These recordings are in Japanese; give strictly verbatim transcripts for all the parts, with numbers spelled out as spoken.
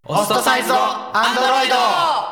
オストサイズドアンドロイド。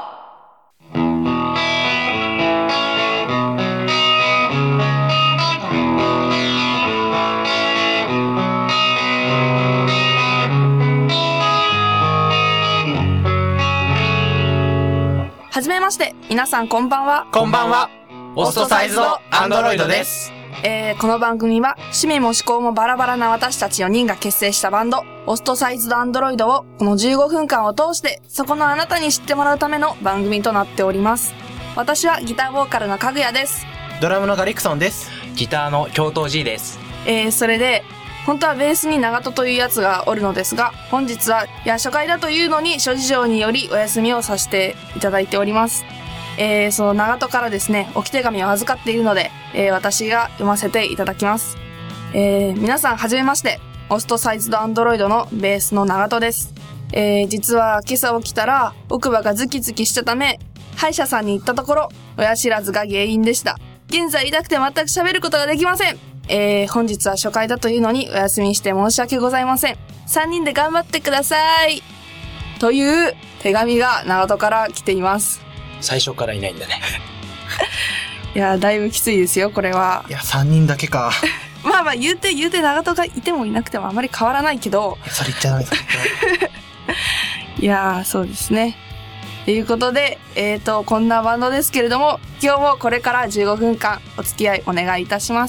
はじめまして、皆さんこんばんは。 こんばんは。オストサイズドアンドロイドです。 えー、この番組は趣味も思考もバラバラな私たちよにんが結成したバンドオストサイズドアンドロイドをこのじゅうごふんかんを通してそこのあなたに知ってもらうための番組となっております。私はギターボーカルのかぐやです。 ドラムのガリクソンです。 ギターの京東 G です。 えー、それで本当はベースに長門というやつがおるのですが、本日はいや初回だというのに諸事情によりお休みをさせていただいております。えー、その長門からですね、置き手紙を預かっているので、えー、私が読ませていただきます。えー、皆さんはじめまして、オストサイズドアンドロイドのベースの長門です。えー、実は今朝起きたら奥歯がズキズキしたため、歯医者さんに行ったところ、親知らずが原因でした。現在痛くて全く喋ることができません。えー、本日は初回だというのにお休みして申し訳ございません。さんにんで頑張ってください。という手紙が長門から来ています。 最初からいないんだね。 いや、だいぶきついですよ、これは。 いや、さんにんだけか。 まあまあ、言うて言うて長門がいてもいなくてもあまり変わらないけど。 それ言っちゃダメだ。 いやー、そうですね。ということで、えーと、こんなバンドですけれども、今日もこれからじゅうごふんかんお付き合いお願いいたします。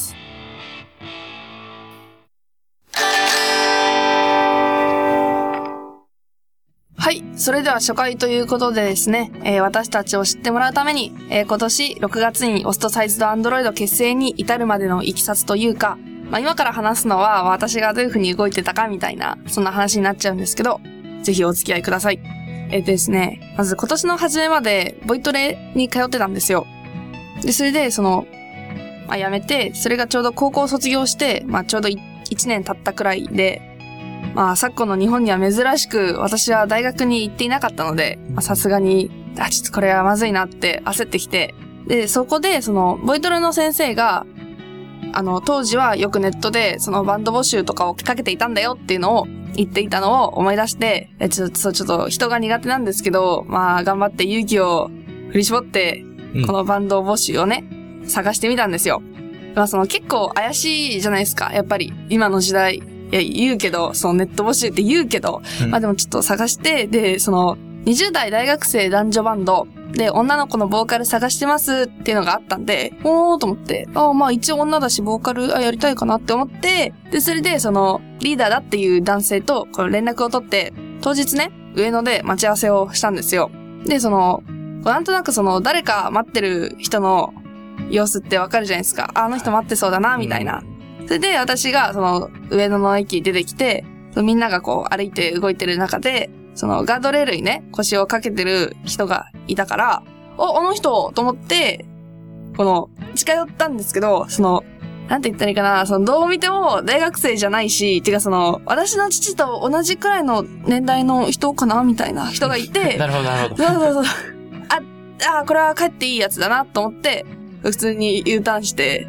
はい。それでは初回ということでですね、えー、私たちを知ってもらうために、えー、今年ろくがつにオストサイズドアンドロイド結成に至るまでのいきさつというか、まあ今から話すのは私がどういう風に動いてたかみたいな、そんな話になっちゃうんですけど、ぜひお付き合いください。えーですね、まず今年の初めまでボイトレに通ってたんですよ。で、それでその、まあ辞めて、それがちょうど高校を卒業して、まあちょうどいちねん経ったくらいで、まあ昨今の日本には珍しく私は大学に行っていなかったので、まあさすがに、あ、ちょっとこれはまずいなって焦ってきて、で、そこでその、ボイトレの先生が、あの、当時はよくネットでそのバンド募集とかをかけていたんだよっていうのを言っていたのを思い出して、え、ちょっと、ちょっと人が苦手なんですけど、まあ頑張って勇気を振り絞って、このバンド募集をね、探してみたんですよ。まあその結構怪しいじゃないですか、やっぱり今の時代。いや、言うけど、そのネット募集って言うけど、うん、まあでもちょっと探して、で、その、にじゅう代大学生男女バンドで女の子のボーカル探してますっていうのがあったんで、おーと思って、ああまあ一応女だしボーカルあやりたいかなって思って、で、それでその、リーダーだっていう男性とこの連絡を取って、当日ね、上野で待ち合わせをしたんですよ。で、その、なんとなくその、誰か待ってる人の様子ってわかるじゃないですか。あの人待ってそうだな、みたいな。うんそれで私がその上野の駅に出てきて、みんながこう歩いて動いてる中で、そのガードレールにね、腰をかけてる人がいたから、お、あの人と思って、この近寄ったんですけど、その、なんて言ったらいいかな、そのどう見ても大学生じゃないし、てかその、私の父と同じくらいの年代の人かなみたいな人がいて、 なるほどなるほど。 そうそうそう。あ、あ、これは帰っていいやつだなと思って、普通に U ターンして、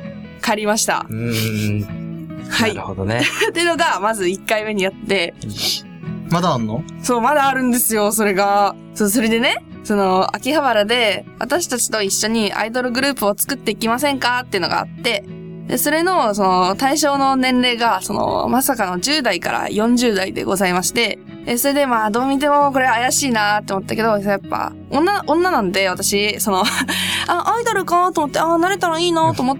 帰りました。 うーん。 はい。 なるほどね。 っていうのが、まずいっかいめにやって。 まだあんの？ そう、まだあるんですよ、それが。そう、それでね、その、秋葉原で、私たちと一緒にアイドルグループを作っていきませんかっていうのがあって、で、それの、その、対象の年齢が、その、まさかのじゅう代からよんじゅう代でございまして、え、それでまあ、どう見てもこれ怪しいなーって思ったけど、やっぱ、女、女なんで、私、その、あ、アイドルかと思って、あ、慣れたらいいなと思って、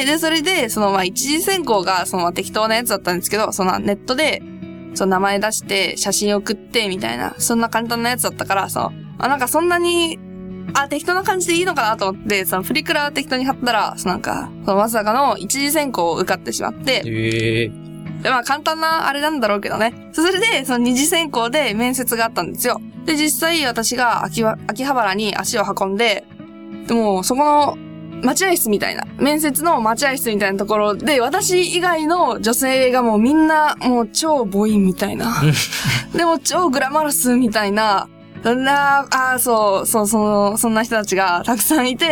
で、それで、その、まあ、一次選考が、その、適当なやつだったんですけど、その、ネットで、その、名前出して、写真送って、みたいな、そんな簡単なやつだったから、その、あ、なんかそんなに、あ、適当な感じでいいのかなと思って、その、プリクラ適当に貼ったら、そのなんか、その、まさかの一次選考を受かってしまって、 へー。 で、まあ、簡単なあれなんだろうけどね。それで、その二次選考で面接があったんですよ。で、実際私が秋葉、秋葉原に足を運んで、でも、そこの、待合室みたいな、面接の待合室みたいなところで、私以外の女性がもうみんな、もう超ボインみたいな。でも超グラマラスみたいな、そんな、ああ、そう、そう、その、そんな人たちがたくさんいて、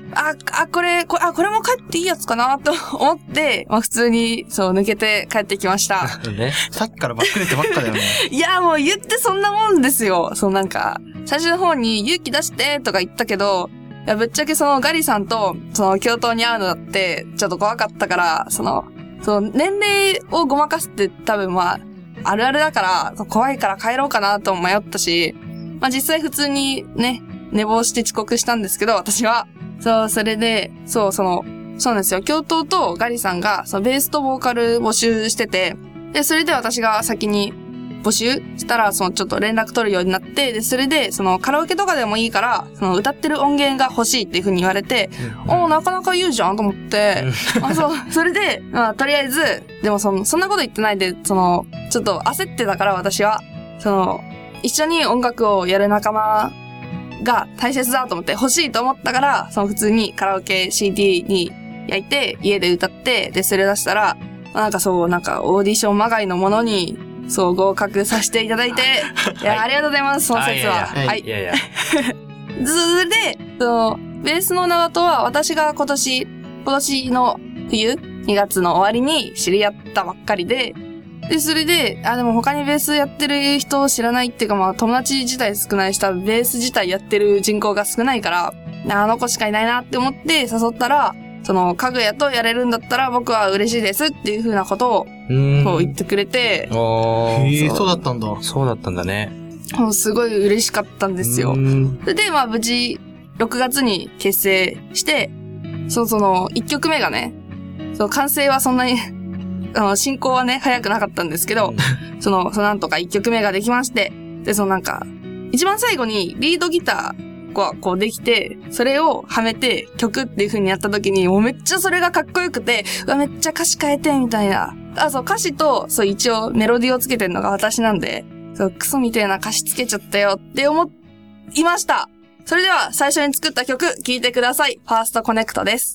あ、あ、これ、これ、あ、これも帰っていいやつかなと思って、まあ普通に、そう、抜けて帰ってきました。 ね。 さっきからばっくれてばっかだよね。 いや、もう言ってそんなもんですよ。そう、なんか、最初の方に勇気出してとか言ったけど、いや、ぶっちゃけそのガリさんと、その、教頭に会うのだって、ちょっと怖かったから、その、その、年齢をごまかすって多分まあ、あるあるだから、怖いから帰ろうかなと迷ったし、まあ実際普通にね、寝坊して遅刻したんですけど、私は。そう、それで、そう、その、そうなんですよ。教頭とガリさんが、そのベースとボーカル募集してて、で、それで私が先に募集したら、そのちょっと連絡取るようになって、で、それで、そのカラオケとかでもいいから、その歌ってる音源が欲しいっていう風に言われて、うん、おー、なかなか言うじゃんと思って、あ、そう、それで、まあ、とりあえず、でもその、そんなこと言ってないで、その、ちょっと焦ってたから私は、その、一緒に音楽をやる仲間が大切だと思って欲しいと思ったから、その普通にカラオケ シーディー に焼いて、家で歌って、で、それ出したら、なんかそう、なんかオーディションまがいのものに、そう、合格させていただいて、いや、はい、ありがとうございます、その説は。 はい。いやいや。 それで、その、ベースの長とは私が今年、今年の冬、にがつの終わりに知り合ったばっかりで、で、それで、あ、でも他にベースやってる人を知らないっていうか、まあ友達自体少ないし、多分ベース自体やってる人口が少ないから、あの子しかいないなって思って誘ったら、その、かぐやとやれるんだったら僕は嬉しいですっていう風なことを、こう言ってくれて。 へー、そうだったんだ。 そうだったんだね。 もうすごい嬉しかったんですよ。それで、まあ無事、ろくがつに結成して、そう、その、いっきょくめがね、その完成はそんなに、あの、進行はね、早くなかったんですけど、うん、その、そのなんとかいっきょくめができまして、で、そのなんか、一番最後にリードギターがこうできて、それをはめて曲っていう風にやった時に、もうめっちゃそれがかっこよくて、うわ、めっちゃ歌詞変えて、みたいな。あ、そう、歌詞と、そう、一応メロディーをつけてるのが私なんで、そう、クソみたいな歌詞つけちゃったよって思いました。それでは、最初に作った曲、聴いてください。ファーストコネクトです。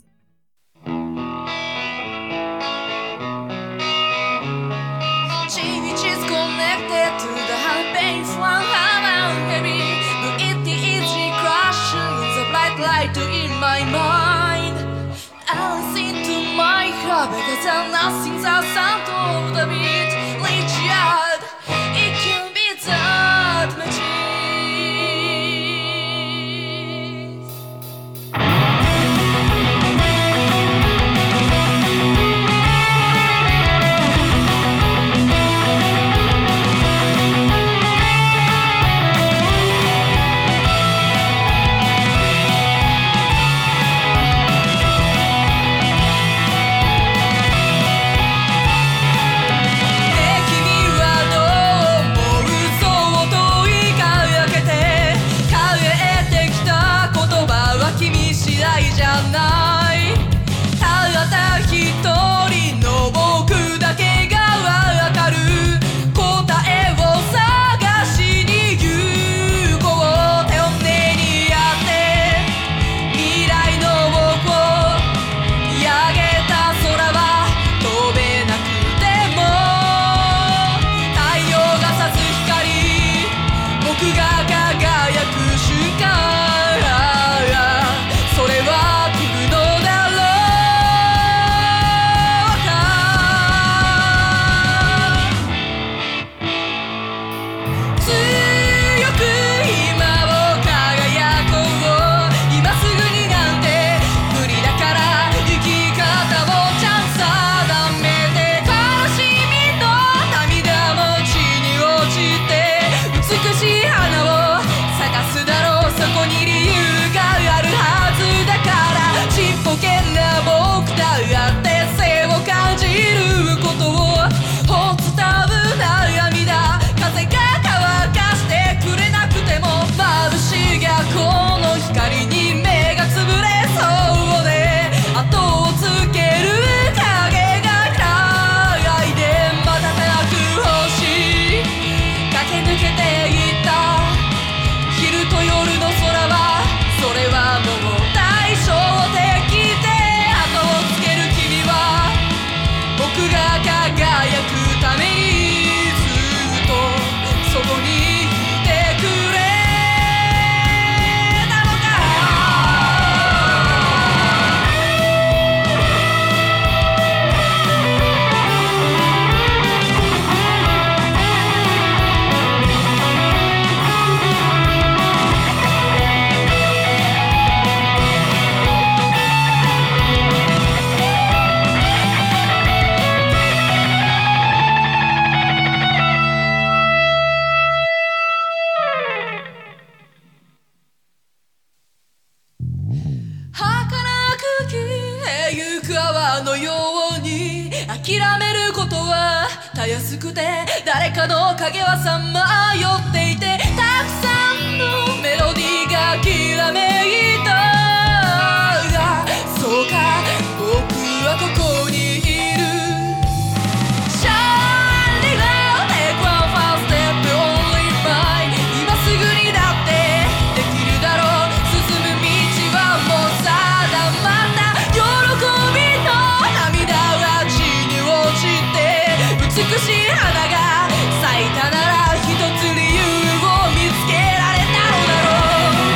In my mind, I listen to my heart because nothing's outside of the beat. Reach out, it can be that magic. 「 諦めることはたやすくて、誰かの影はさまよっていて、たくさんのメロディーがきらめいた。そうか、僕はここにいる。Shining light, take one fast step, only mine。 今すぐにだってできるだろう。進む道はもう定まった。喜びの涙は地に落ちて、美しい花が咲いたなら一つ理由を見つけられたのだろう。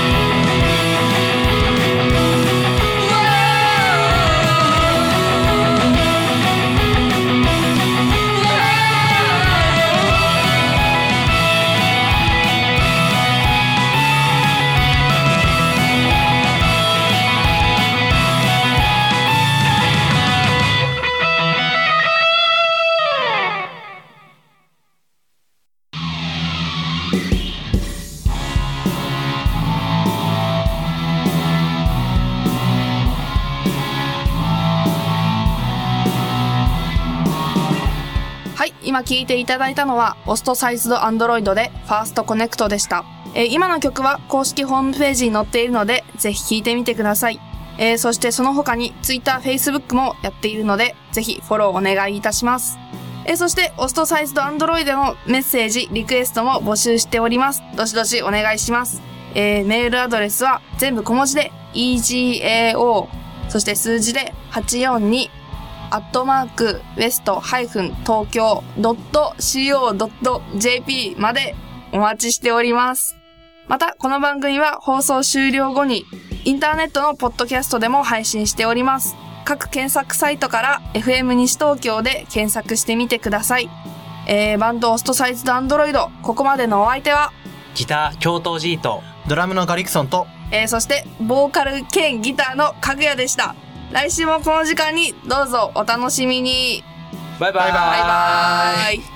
今聴いていただいたのは、オストサイズドアンドロイドでファーストコネクトでした。えー、今の曲は公式ホームページに載っているので、ぜひ聴いてみてください。えー、そしてその他に Twitter、Facebook もやっているので、ぜひフォローお願いいたします。えー、そして、オストサイズドアンドロイドのメッセージ、リクエストも募集しております。どしどしお願いします。えー、メールアドレスは全部小文字で イージーエーオー、そして数字ではちよんに、アットマークウエストハイフン東京ドットシーオードットジェーピー までお待ちしております。またこの番組は放送終了後にインターネットのポッドキャストでも配信しております。各検索サイトから エフエム 西東京で検索してみてください。えー、バンドオストサイズドアンドロイド、ここまでのお相手はギター京都 G とドラムのガリクソンと、 えー、そしてボーカル兼ギターのかぐやでした。来週もこの時間にどうぞお楽しみに。 バイバイ。 バイバイ。